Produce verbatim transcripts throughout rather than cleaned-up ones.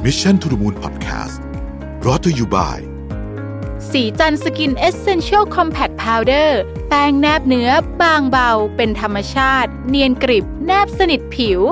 Mission to the Moon Podcast brought to you by สีจันทร์สกินเอสเซนเชียลคอมแพคพาวเดอร์แป้งแนบเนื้อบางเบาเป็นธรรมชาติเนียนกริบแนบสนิทผิว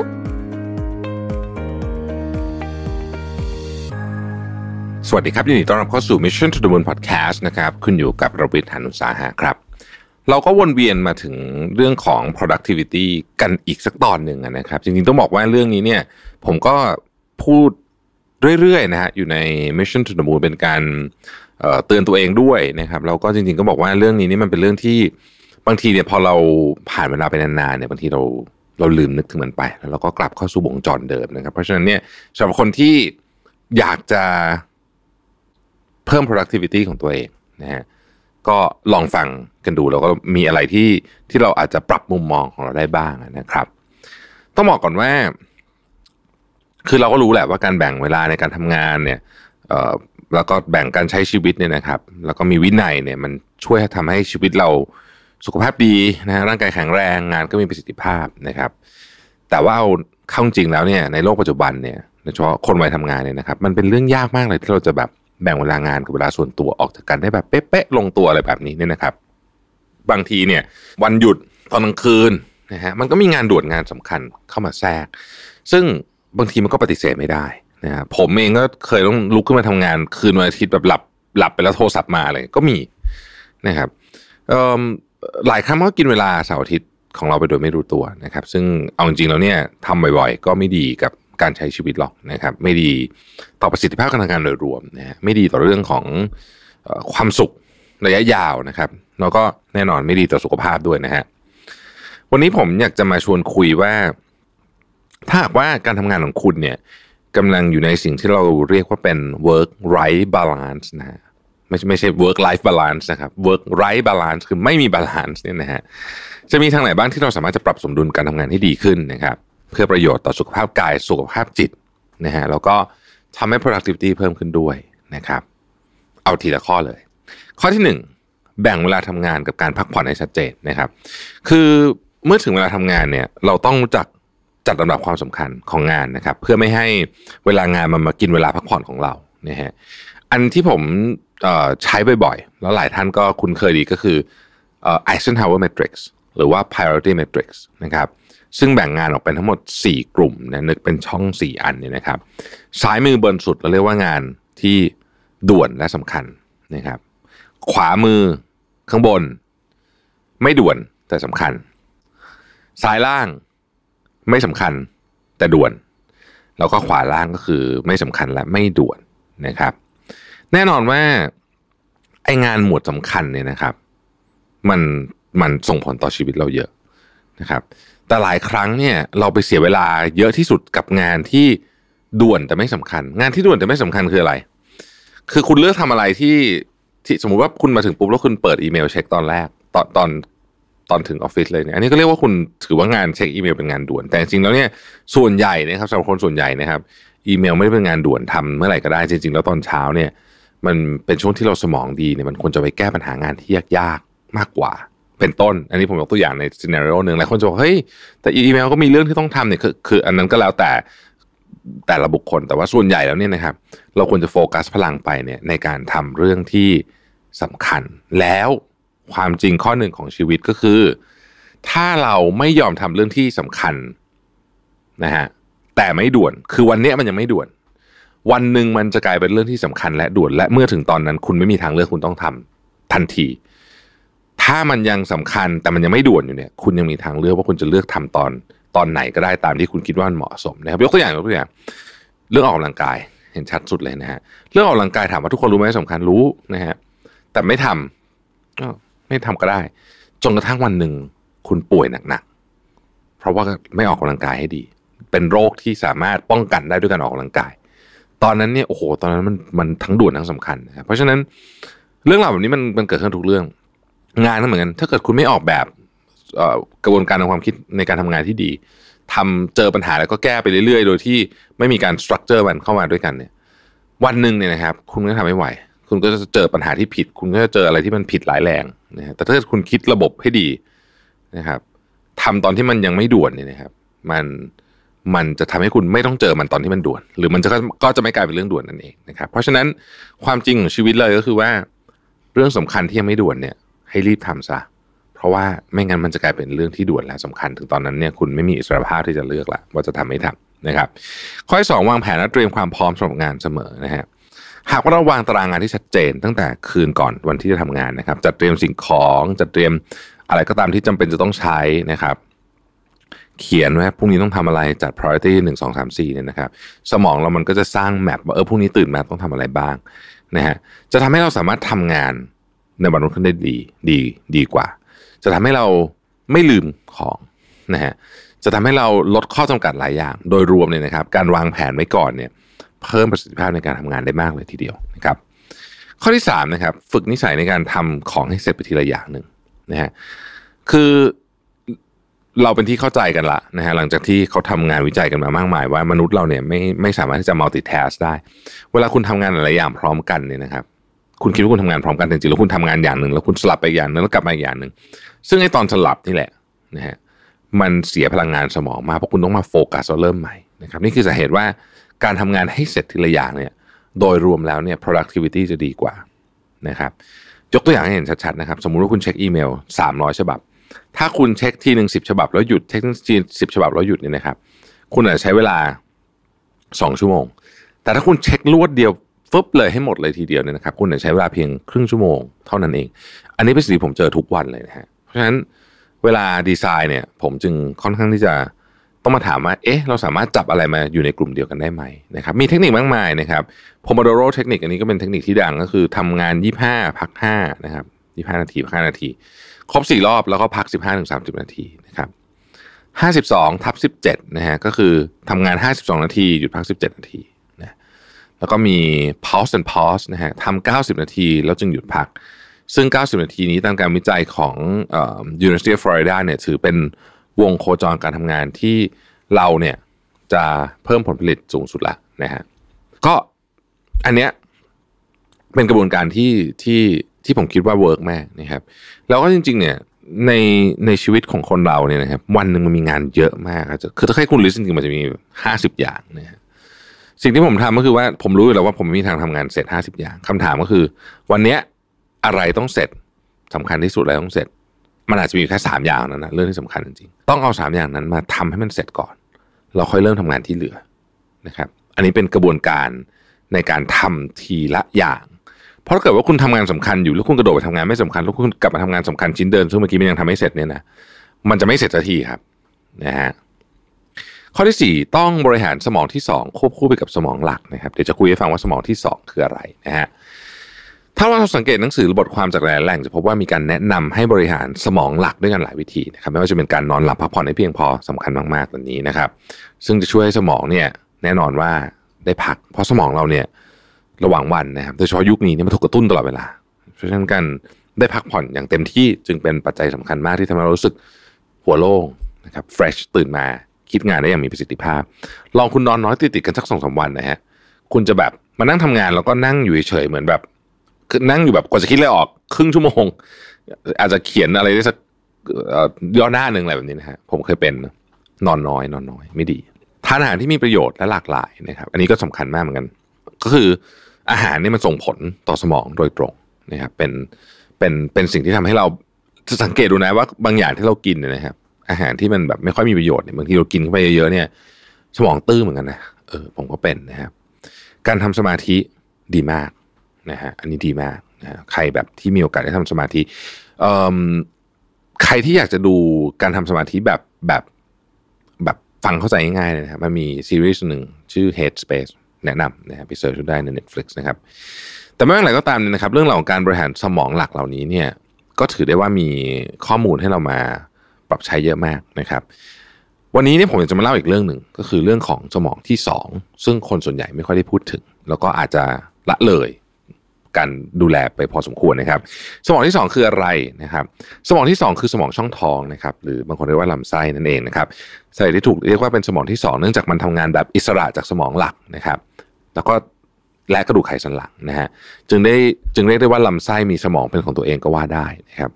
สวัสดีครับยินดีต้อนรับเข้าสู่ Mission to the Moon Podcast นะครับคุณอยู่กับรวิทย์ หาญอุตสาหะครับเราก็วนเวียนมาถึงเรื่องของ productivity กันอีกสักตอนหนึ่งนะครับจริงๆต้องบอกว่าเรื่องนี้เนี่ยผมก็พูดเรื่อยๆนะฮะอยู่ใน Mission to the Moon เป็นการเอ่อเตือนตัวเองด้วยนะครับแล้วก็จริงๆก็บอกว่าเรื่องนี้นี่มันเป็นเรื่องที่บางทีเนี่ยพอเราผ่านเวลาไปนานๆเนี่ยบางทีเราเราลืมนึกถึงมันไปแล้วเราก็กลับเข้าสู่วงจรเดิมนะครับเพราะฉะนั้นเนี่ยสำหรับคนที่อยากจะเพิ่ม productivity ของตัวเองนะฮะก็ลองฟังกันดูแล้วก็มีอะไรที่ที่เราอาจจะปรับมุมมองของเราได้บ้างนะครับต้องบอกก่อนว่าคือเราก็รู้แหละว่าการแบ่งเวลาในการทำงานเนี่ยเอ่อแล้วก็แบ่งการใช้ชีวิตเนี่ยนะครับแล้วก็มีวินัยเนี่ยมันช่วยทำให้ชีวิตเราสุขภาพดีนะฮะร่างกายแข็งแรงงานก็มีประสิทธิภาพนะครับแต่ว่าเอาเข้าจริงแล้วเนี่ยในโลกปัจจุบันเนี่ยโดยเฉพาะคนวัยทำงานเนี่ยนะครับมันเป็นเรื่องยากมากเลยที่เราจะแบบแบ่งเวลางานกับเวลาส่วนตัวออกจากกันได้แบบเป๊ะๆลงตัวอะไรแบบนี้เนี่ยนะครับบางทีเนี่ยวันหยุดตอนกลางคืนนะฮะมันก็มีงานด่วนงานสำคัญเข้ามาแทรกซึ่งบางทีมันก็ปฏิเสธไม่ได้นะฮะผมเองก็เคยต้องลุกขึ้นมาทำงานคืนวันอาทิตย์แบบหลับหลับไปแล้วโทรศัพท์มาเลยก็มีนะครับเอ่อหลายครั้งมันก็กินเวลาเสาร์อาทิตย์ของเราไปโดยไม่รู้ตัวนะครับซึ่งเอาจริงๆแล้วเนี่ยทำบ่อยๆก็ไม่ดีกับการใช้ชีวิตหรอกนะครับไม่ดีต่อประสิทธิภาพการทำงานโดยรวมนะฮะไม่ดีต่อเรื่องของเอ่อความสุขระยะยาวนะครับแล้วก็แน่นอนไม่ดีต่อสุขภาพด้วยนะฮะวันนี้ผมอยากจะมาชวนคุยว่าถ้าหากว่าการทำงานของคุณเนี่ยกำลังอยู่ในสิ่งที่เราเรียกว่าเป็น work life balance นะฮะไม่ใช่ไม่ใช่ work life balance นะครับ work life balance คือไม่มี balance เนี่ยนะฮะจะมีทางไหนบ้างที่เราสามารถจะปรับสมดุลการทำงานให้ดีขึ้นนะครับเพื่อประโยชน์ต่อสุขภาพกายสุขภาพจิตนะฮะแล้วก็ทำให้ productivity เพิ่มขึ้นด้วยนะครับเอาทีละข้อเลยข้อที่หนึ่งแบ่งเวลาทำงานกับการพักผ่อนให้ชัดเจนนะครับคือเมื่อถึงเวลาทำงานเนี่ยเราต้องรู้จักจัดลำดับความสำคัญของงานนะครับเพื่อไม่ให้เวลางานมันมากินเวลาพักผ่อนของเรานะฮะอันที่ผมเอ่อใช้บ่อยๆแล้วหลายท่านก็คุ้นเคยดีก็คือเอ่อ Eisenhower Matrix หรือว่า Priority Matrix นะครับซึ่งแบ่งงานออกเป็นทั้งหมดสี่กลุ่มนะนึกเป็นช่องสี่อันเนี่ยนะครับซ้ายมือบนสุดเราเรียกว่างานที่ด่วนและสำคัญนะครับขวามือข้างบนไม่ด่วนแต่สำคัญซ้ายล่างไม่สำคัญแต่ด่วนแล้วก็ขวาล่างก็คือไม่สำคัญและไม่ด่วนนะครับแน่นอนว่าไอ้งานหมวดสำคัญเนี่ยนะครับมันมันส่งผลต่อชีวิตเราเยอะนะครับแต่หลายครั้งเนี่ยเราไปเสียเวลาเยอะที่สุดกับงานที่ด่วนแต่ไม่สำคัญงานที่ด่วนแต่ไม่สำคัญคืออะไรคือคุณเลือกทำอะไรที่ที่สมมุติว่าคุณมาถึงปุ๊บแล้วคุณเปิดอีเมลเช็คตอนแรกตอนตอนตอนถึงออฟฟิศเลยเนี่ยอันนี้ก็เรียกว่าคุณถือว่างานเช็คอีเมลเป็นงานด่วนแต่จริงๆแล้วเนี่ยส่วนใหญ่นะครับสำหรับคนส่วนใหญ่นะครับอีเมลไม่ได้เป็นงานด่วนทำเมื่อไหร่ก็ได้จริงๆแล้วตอนเช้าเนี่ยมันเป็นช่วงที่เราสมองดีเนี่ยมันควรจะไปแก้ปัญหางานที่ยากๆมากกว่าเป็นต้นอันนี้ผมยกตัวอย่างในซีนาริโอนึงหลายคนจะบอกเฮ้ยแต่อีเมลก็มีเรื่องที่ต้องทำเนี่ยคือคืออันนั้นก็แล้วแต่แต่ละบุคคลแต่ว่าส่วนใหญ่แล้วเนี่ยนะครับเราควรจะโฟกัสพลังไปเนี่ยในการทำเรื่องที่สำคัญแล้วความจริงข้อหนึ่งของชีวิตก็คือถ้าเราไม่ยอมทำเรื่องที่สำคัญนะฮะแต่ไม่ด่วนคือวันนี้มันยังไม่ด่วนวันหนึ่งมันจะกลายเป็นเรื่องที่สำคัญและด่วนและเมื่อถึงตอนนั้นคุณไม่มีทางเลือกคุณต้องทำทันทีถ้ามันยังสำคัญแต่มันยังไม่ด่วนอยู่เนี่ยคุณยังมีทางเลือกว่าคุณจะเลือกทำตอนตอนไหนก็ได้ตามที่คุณคิดว่ามันเหมาะสมนะครับยกตัวอย่างยกตัวอย่างเรื่องออกกำลังกายเห็นชัดสุดเลยนะฮะเรื่องออกกำลังกายถามว่าทุกคนรู้ไหมสำคัญรู้นะฮะแต่ไม่ทำก็ไม่ทำก็ได้จนกระทั่งวันหนึ่งคุณป่วยหนักๆเพราะว่าไม่ออกกำลังกายให้ดีเป็นโรคที่สามารถป้องกันได้ด้วยการออกกำลังกายตอนนั้นเนี่ยโอ้โหตอนนั้นมันมันทั้งด่วนทั้งสำคัญนะครับเพราะฉะนั้นเรื่องราวแบบนี้มันมันเกิดขึ้นทุกเรื่องงานก็เหมือนกันถ้าเกิดคุณไม่ออกแบบกระบวนการทางความคิดในการทำงานที่ดีทำเจอปัญหาแล้วก็แก้ไปเรื่อยๆโดยที่ไม่มีการสตรัคเจอร์มันเข้ามาด้วยกันเนี่ยวันหนึ่งเนี่ยนะครับคุณก็ทำไม่ไหวคุณก็จะเจอปัญหาที่ผิดคุณก็จะเจออะไรที่มันผิดหลายแรงนะฮะแต่ถ้าคุณคิดระบบให้ดีนะครับทำตอนที่มันยังไม่ด่วนเนี่ยนะครับมันมันจะทำให้คุณไม่ต้องเจอมันตอนที่มันด่วนหรือมันจะก็จะไม่กลายเป็นเรื่องด่วนนั่นเองนะครับเพราะฉะนั้นความจริงของชีวิตเลยก็คือว่าเรื่องสำคัญที่ยังไม่ด่วนเนี่ยให้รีบทำซะเพราะว่าไม่งั้นมันจะกลายเป็นเรื่องที่ด่วนและสำคัญถึงตอนนั้นเนี่ยคุณไม่มีอิสรภาพที่จะเลือกละว่าจะทำไม่ทำนะครับข้อที่สองวางแผนและเตรียมความพร้อมสำหรับงานเสมอนะฮะหากว่าเราวางตารางงานที่ชัดเจนตั้งแต่คืนก่อนวันที่จะทำงานนะครับจัดเตรียมสิ่งของจัดเตรียมอะไรก็ตามที่จำเป็นจะต้องใช้นะครับเขียนว่าพรุ่งนี้ต้องทำอะไรจัด priority หนึ่ง สอง สาม สี่เนี่ยนะครับสมองเรามันก็จะสร้างแมปว่าเออพรุ่งนี้ตื่นมาต้องทำอะไรบ้างนะฮะจะทำให้เราสามารถทำงานในวันรุ่งขึ้นได้ดีดีดีกว่าจะทำให้เราไม่ลืมของนะฮะจะทำให้เราลดข้อจำกัดหลายอย่างโดยรวมเนี่ยนะครับการวางแผนไว้ก่อนเนี่ยเพิ่มประสิทธิภาพในการทำงานได้มากเลยทีเดียวนะครับข้อที่สามนะครับฝึกนิสัยในการทำของให้เสร็จไปทีละอย่างหนึ่งนะฮะคือเราเป็นที่เข้าใจกันละนะฮะหลังจากที่เขาทำงานวิจัยกันมามากมายว่ามนุษย์เราเนี่ยไม่ไม่สามารถที่จะ multitask ได้เวลาคุณทำงานหลายอย่างพร้อมกันเนี่ยนะครับคุณคิดว่าคุณทำงานพร้อมกันจริงๆแล้วคุณทำงานอย่างหนึ่งแล้วคุณสลับไปอย่างนึงแล้วกลับมาอีกอย่างนึงซึ่งไอ้ตอนสลับนี่แหละนะฮะมันเสียพลังงานสมองมากเพราะคุณต้องมาโฟกัสเริ่มใหม่นะครับนี่คือสาเหตุว่าการทำงานให้เสร็จทีละอย่างเนี่ยโดยรวมแล้วเนี่ย productivity จะดีกว่านะครับยกตัวอย่างให้เห็นชัดๆนะครับสมมุติว่าคุณเช็คอีเมลสามร้อยฉบับถ้าคุณเช็คทีนึงสิบฉบับแล้วหยุดเช็คทีสิบฉบับแล้วหยุดเนี่ยนะครับคุณอาจจะใช้เวลาสองชั่วโมงแต่ถ้าคุณเช็ครวดเดียวฟึบเลยให้หมดเลยทีเดียวเนี่ยนะครับคุณอาจจะใช้เวลาเพียงครึ่งชั่วโมงเท่านั้นเองอันนี้เป็นสิ่งที่ผมเจอทุกวันเลยนะฮะเพราะฉะนั้นเวลาดีไซน์เนี่ยผมจึงค่อนข้างที่จะต้องมาถามว่าเอ๊ะเราสามารถจับอะไรมาอยู่ในกลุ่มเดียวกันได้ไหมนะครับมีเทคนิคมากมายนะครับ Pomodoro เทคนิคอันนี้ก็เป็นเทคนิคที่ดังก็คือทำงานยี่สิบห้าพักห้านะครับยี่สิบห้านาทีพักห้านาทีครบสี่รอบแล้วก็พัก สิบห้าถึงสามสิบ นาทีนะครับห้าสิบสองทับสิบเจ็ดนะฮะก็คือทำงานห้าสิบสองนาทีหยุดพักสิบเจ็ดนาทีนะแล้วก็มี pause and pause นะฮะทำเก้าสิบนาทีแล้วจึงหยุดพักซึ่งเก้าสิบนาทีนี้ตามการวิจัยของเอ่อ University of Florida เนี่ยถือเป็นวงโคจรการทำงานที่เราเนี่ยจะเพิ่มผลผลิตสูงสุดละนะฮะก็อันเนี้ยเป็นกระบวนการที่ที่ที่ผมคิดว่าเวิร์กมากนะครับแล้วก็จริงๆเนี่ยในในชีวิตของคนเราเนี่ยนะครับวันหนึ่งมันมีงานเยอะมากคือถ้าให้คุณลิสต์จริงๆมันจะมีห้าสิบอย่างนะฮะสิ่งที่ผมทำก็คือว่าผมรู้อยู่แล้วว่าผมไม่มีทางทำงานเสร็จห้าสิบอย่างคำถามก็คือวันเนี้ยอะไรต้องเสร็จสำคัญที่สุดอะไรต้องเสร็จมันอาจจะมีแค่สามอย่างนั้นนะเรื่องที่สำคัญจริงๆต้องเอาสามอย่างนั้นมาทำให้มันเสร็จก่อนเราค่อยเริ่มทำงานที่เหลือนะครับอันนี้เป็นกระบวนการในการทำทีละอย่างเพราะถ้าเกิดว่าคุณทำงานสำคัญอยู่แล้วคุณกระโดดไปทำงานไม่สำคัญแล้วคุณกลับมาทำงานสำคัญชิ้นเดิมซึ่งเมื่อกี้มันยังทำไม่เสร็จเนี่ยนะมันจะไม่เสร็จสักทีครับนะฮะข้อที่สี่ต้องบริหารสมองที่สองควบคู่ไปกับสมองหลักนะครับเดี๋ยวจะคุยให้ฟังว่าสมองที่สองคืออะไรนะฮะถ้าเราสังเกตหนังสือหรือบทความจากหลายแหล่งจะพบว่ามีการแนะนำให้บริหารสมองหลักด้วยกันหลายวิธีนะครับไม่ว่าจะเป็นการนอนหลับพักผ่อนให้เพียงพอสำคัญมากๆตัวนี้นะครับซึ่งจะช่วยให้สมองเนี่ยแน่นอนว่าได้พักเพราะสมองเราเนี่ยระหว่างวันนะครับโดยเฉพาะยุคนี้เนี่ยมันถูกกระตุ้นตลอดเวลาเพราะฉะนั้นการได้พักผ่อนอย่างเต็มที่จึงเป็นปัจจัยสำคัญมากที่ทำให้เรารู้สึกหัวโล่งนะครับเฟรชตื่นมาคิดงานได้อย่างมีประสิทธิภาพลองคุณนอนน้อยติดๆกันสัก สองถึงสาม วันนะฮะคุณจะแบบมานั่งทำงานแล้วก็นั่งอยู่เฉยๆเหมือนแบบคือนั่งอยู่แบบกว่าจะคิดอะไรออกครึ่งชั่วโมงอาจจะเขียนอะไรได้สักย่อหน้านึงอะไรแบบนี้นะฮะผมเคยเป็นนอนน้อยนอนน้อยไม่ดีทานอาหารที่มีประโยชน์และหลากหลายนะครับอันนี้ก็สำคัญมากเหมือนกันก็คืออาหารนี่มันส่งผลต่อสมองโดยตรงนะครับเป็นเป็นเป็นสิ่งที่ทำให้เราจะสังเกตดูนะว่าบางอย่างที่เรากินเนี่ยนะครับอาหารที่มันแบบไม่ค่อยมีประโยชน์เนี่ยบางทีเรากินเข้าไปเยอะๆเนี่ยสมองตื้อเหมือนกันนะเออผมก็เป็นนะครับการทำสมาธิดีมากนะฮะอันนี้ดีมากนะใครแบบที่มีโอกาสได้ทำสมาธิเอ่อใครที่อยากจะดูการทำสมาธิแบบแบบแบบฟังเข้าใจง่ายๆนะครับมันมีซีรีส์หนึ่งชื่อ Headspace แนะนำนะครับไปเสิร์ชได้ใน Netflix นะครับแต่ไม่ว่าอะไรก็ตามเนี่ยนะครับเรื่องราวของการบริหารสมองหลักเหล่านี้เนี่ยก็ถือได้ว่ามีข้อมูลให้เรามาปรับใช้เยอะมากนะครับวันนี้เนี่ยผมจะมาเล่าอีกเรื่องหนึ่งก็คือเรื่องของสมองที่สองซึ่งคนส่วนใหญ่ไม่ค่อยได้พูดถึงแล้วก็อาจจะละเลยการดูแลไปพอสมควรนะครับสมองที่สองคืออะไรนะครับสมองที่สองคือสมองช่องท้องนะครับหรือบางคนเรียกว่าลำไส้นั่นเองนะครับสาเหตุที่ถูกเรียกว่าเป็นสมองที่สองเนื่องจากมันทำงานแบบอิสระจากสมองหลักนะครับแล้วก็และกระดูกไขสันหลังนะฮะจึงได้จึงเรียกได้ว่าลำไส้มีสมองเป็นของตัวเองก็ว่าได้นะครับ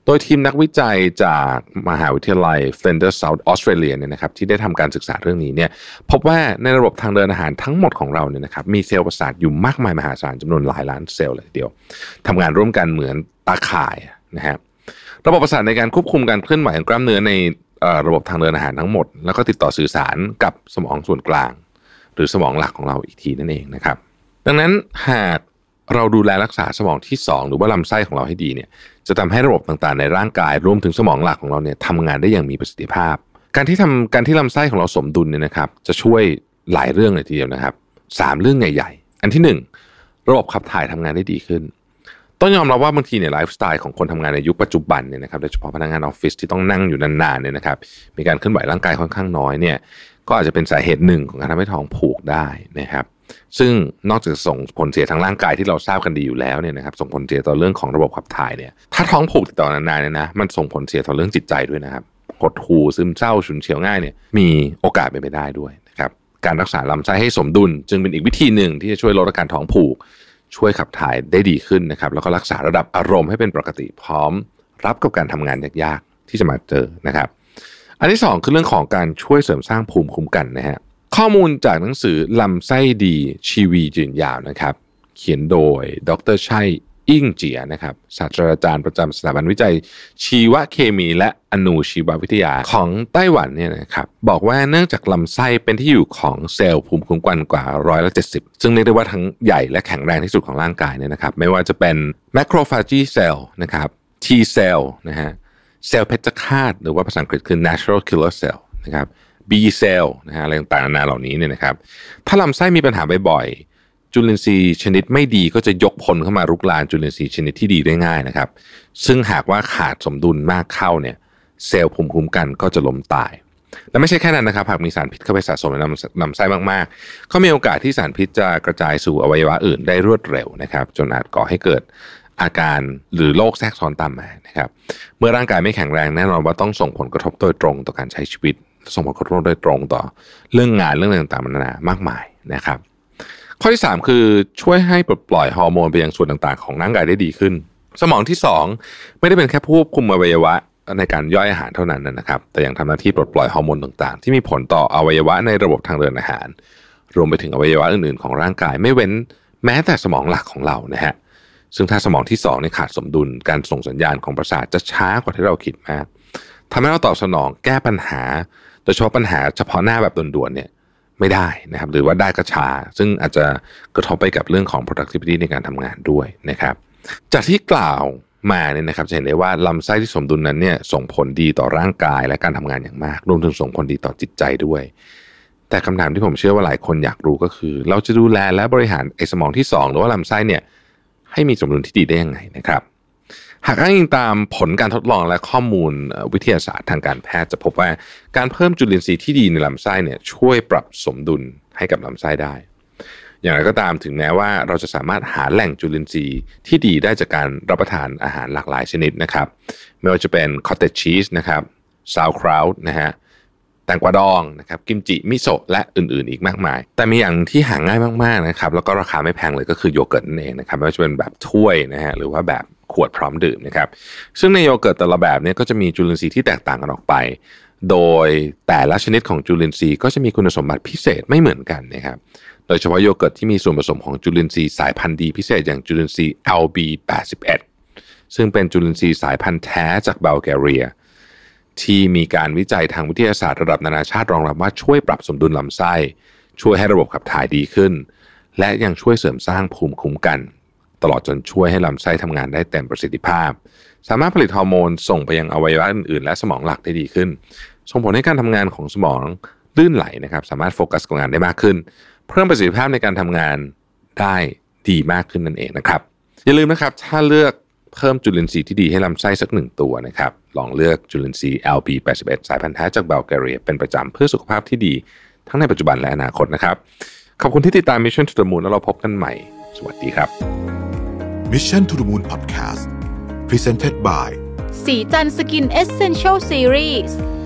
โดยทีมนักวิจัยจากมหาวิทยาลัย Flinders South Australia เนี่ยนะครับที่ได้ทำการศึกษาเรื่องนี้เนี่ยพบว่าในระบบทางเดินอาหารทั้งหมดของเราเนี่ยนะครับมีเซลล์ประสาทอยู่มากมายมหาศาลจำนวนหลายล้านเซลล์เลยทีเดียวทำงานร่วมกันเหมือนตาข่ายนะฮะระบบประสาทในการควบคุมการเคลื่อนไหวของกล้ามเนื้อในระบบทางเดินอาหารทั้งหมดแล้วก็ติดต่อสื่อสารกับสมองส่วนกลางหรือสมองหลักของเราอีกทีนั่นเองนะครับดังนั้นหากเราดูแลรักษาสมองที่สองหรือว่าลำไส้ของเราให้ดีเนี่ยจะทำให้ระบบต่างๆในร่างกายรวมถึงสมองหลักของเราเนี่ยทำงานได้อย่างมีประสิทธิภาพการที่ทำการที่ลำไส้ของเราสมดุลเนี่ยนะครับจะช่วยหลายเรื่องเลยทีเดียวนะครับสามเรื่องใหญ่ๆอันที่หนึ่งระบบขับถ่ายทำงานได้ดีขึ้นต้องยอมรับว่าบางทีเนี่ยไลฟ์สไตล์ของคนทำงานในยุคปัจจุบันเนี่ยนะครับโดยเฉพาะพนักงานออฟฟิศที่ต้องนั่งอยู่นานๆเนี่ยนะครับมีการเคลื่อนไหวร่างกายค่อนข้างน้อยเนี่ยก็อาจจะเป็นสาเหตุหนึ่งของการทำให้ท้องผูกได้นะครับซึ่งนอกจากส่งผลเสียทางร่างกายที่เราทราบกันดีอยู่แล้วเนี่ยนะครับส่งผลเสียต่อเรื่องของระบบขับถ่ายเนี่ยถ้าท้องผูกติดต่อนานๆเนี่ยนะมันส่งผลเสียต่อเรื่องจิตใจด้วยนะครับหดหู่ซึมเศร้าฉุนเฉียวง่ายเนี่ยมีโอกาสเป็นไปได้ด้วยนะครับการรักษาลำไส้ให้สมดุลจึงเป็นอีกวิธีหนึ่งที่จะช่วยลดอาการท้องผูกช่วยขับถ่ายได้ดีขึ้นนะครับแล้วก็รักษาระดับอารมณ์ให้เป็นปกติพร้อมรับกับการทำงานยากๆที่จะมาเจอนะครับอันที่สองคือเรื่องของการช่วยเสริมสร้างภูมิคุ้มกันนะฮะข้อมูลจากหนังสือลำไส้ดีชีวียืนยาวนะครับเขียนโดยดร.ชัยอิ่งเจียนะครับศาสตราจารย์ประจำสถาบันวิจัยชีวเคมีและอนุชีววิทยาของไต้หวันเนี่ยนะครับบอกว่าเนื่องจากลำไส้เป็นที่อยู่ของเซลล์ภูมิคุ้มกันกว่าร้อยละเจ็ดสิบซึ่งเรียกได้ว่าทั้งใหญ่และแข็งแรงที่สุดของร่างกายเนี่ยนะครับไม่ว่าจะเป็นแมคโครฟาจีเซลล์นะครับ T เซลล์นะฮะเซลล์เพชฌฆาตหรือว่าภาษาอังกฤษคือ natural killer cell นะครับ B เซลล์นะฮะอะไรต่างๆนานาเหล่านี้เนี่ยนะครับถ้าลำไส้มีปัญหาบ่อยๆจุลินทรีย์ชนิดไม่ดีก็จะยกพลเข้ามารุกรานจุลินทรีย์ชนิดที่ดีได้ง่ายนะครับซึ่งหากว่าขาดสมดุลมากเข้าเนี่ยเซลล์ภูมิคุ้มกันก็จะล้มตายและไม่ใช่แค่นั้นนะครับหากมีสารพิษเข้าไปสะสมในลำไส้มากๆก็มีโอกาสที่สารพิษจะกระจายสู่อวัยวะอื่นได้รวดเร็วนะครับจนอาจก่อให้เกิดอาการหรือโรคแทรกซ้อนตามมานะครับเมื่อร่างกายไม่แข็งแรงแน่นอนว่าต้องส่งผลกระทบโดยตรงต่อการใช้ชีวิตส่งผลกระทบโดยตรงต่อเรื่องงานเรื่องต่างๆนานามากมายนะครับข้อที่สามคือช่วยให้ปลดปล่อยฮอร์โมนไปยังส่วนต่างๆของร่างกายได้ดีขึ้นสมองที่สองไม่ได้เป็นแค่ผู้ควบคุมอวัยวะในการย่อยอาหารเท่านั้นนะครับแต่ยังทำหน้าที่ปลดปล่อยฮอร์โมนต่างๆที่มีผลต่ออวัยวะในระบบทางเดินอาหารรวมไปถึงอวัยวะอื่นๆของร่างกายไม่เว้นแม้แต่สมองหลักของเรานะฮะซึ่งถ้าสมองที่สองเนี่ยขาดสมดุลการส่งสัญญาณของประสาทจะช้ากว่าที่เราคิดมากทำให้เราตอบสนองแก้ปัญหาโดยเฉพาะปัญหาเฉพาะหน้าแบบด่วนๆเนี่ยไม่ได้นะครับหรือว่าได้ก็ช้าซึ่งอาจจะกระทบไปกับเรื่องของ productivity ในการทำงานด้วยนะครับจากที่กล่าวมาเนี่ยนะครับจะเห็นได้ว่าลำไส้ที่สมดุลนั้นเนี่ยส่งผลดีต่อร่างกายและการทำงานอย่างมากรวมถึงส่งผลดีต่อจิตใจด้วยแต่คำถามที่ผมเชื่อว่าหลายคนอยากรู้ก็คือเราจะดูแลและบริหารไอ้สมองที่สองหรือว่าลำไส้เนี่ยให้มีสมดุลที่ดีได้ยังไงนะครับหากอ้างอิงตามผลการทดลองและข้อมูลวิทยาศาสตร์ทางการแพทย์จะพบว่าการเพิ่มจุลินทรีย์ที่ดีในลำไส้เนี่ยช่วยปรับสมดุลให้กับลำไส้ได้อย่างไรก็ตามถึงแม้ว่าเราจะสามารถหาแหล่งจุลินทรีย์ที่ดีได้จากการรับประทานอาหารหลากหลายชนิดนะครับไม่ว่าจะเป็นคอตเทจชีสนะครับซาวคราวนะฮะแตงกวาดองนะครับกิมจิมิโซะและอื่นๆอีกมากมายแต่มีอย่างที่หาง่ายมากๆนะครับแล้วก็ราคาไม่แพงเลยก็คือโยเกิร์ตนั่นเองนะครับไม่ว่าจะเป็นแบบถ้วยนะฮะหรือว่าแบบขวดพร้อมดื่มนะครับซึ่งในโยเกิร์ตแต่ละแบบนี้ก็จะมีจุลินทรีย์ที่แตกต่างกันออกไปโดยแต่ละชนิดของจุลินทรีย์ก็จะมีคุณสมบัติพิเศษไม่เหมือนกันนะครับโดยเฉพาะโยเกิร์ตที่มีส่วนผสมของจุลินทรีย์สายพันธุ์ดีพิเศษอย่างจุลินทรีย์ แอล บี แปดสิบเอ็ด ซึ่งเป็นจุลินทรีย์สายพันธุ์แท้จากบัลแกเรียที่มีการวิจัยทางวิทยาศาสตร์ระดับนานาชาติรองรับว่าช่วยปรับสมดุลลำไส้ช่วยให้ระบบขับถ่ายดีขึ้นและยังช่วยเสริมสร้างภูมิคุ้มกันตลอดจนช่วยให้ลำไส้ทำงานได้เต็มประสิทธิภาพสามารถผลิตฮอร์โมนส่งไปยังอวัยวะอื่นๆและสมองหลักได้ดีขึ้นส่งผลให้การทำงานของสมองลื่นไหลนะครับสามารถโฟกัสกับงานได้มากขึ้นเพิ่มประสิทธิภาพในการทำงานได้ดีมากขึ้นนั่นเองนะครับอย่าลืมนะครับถ้าเลือกเพิ่มจุลินทรีย์ที่ดีให้ลำไส้สักหนึ่งตัวนะครับลองเลือกจุลินทรีย์ แอล บี แปดสิบเอ็ด สายพันธุ์แท้จากบัลแกเรียเป็นประจำเพื่อสุขภาพที่ดีทั้งในปัจจุบันและอนาคตนะครับขอบคุณที่ติดตาม Mission to the Moon แล้วเราพบกันใหม่สวัสดีครับ Mission to the Moon Podcast Presented by สีจันทร์สกินเอสเซนเชียลซีรีส์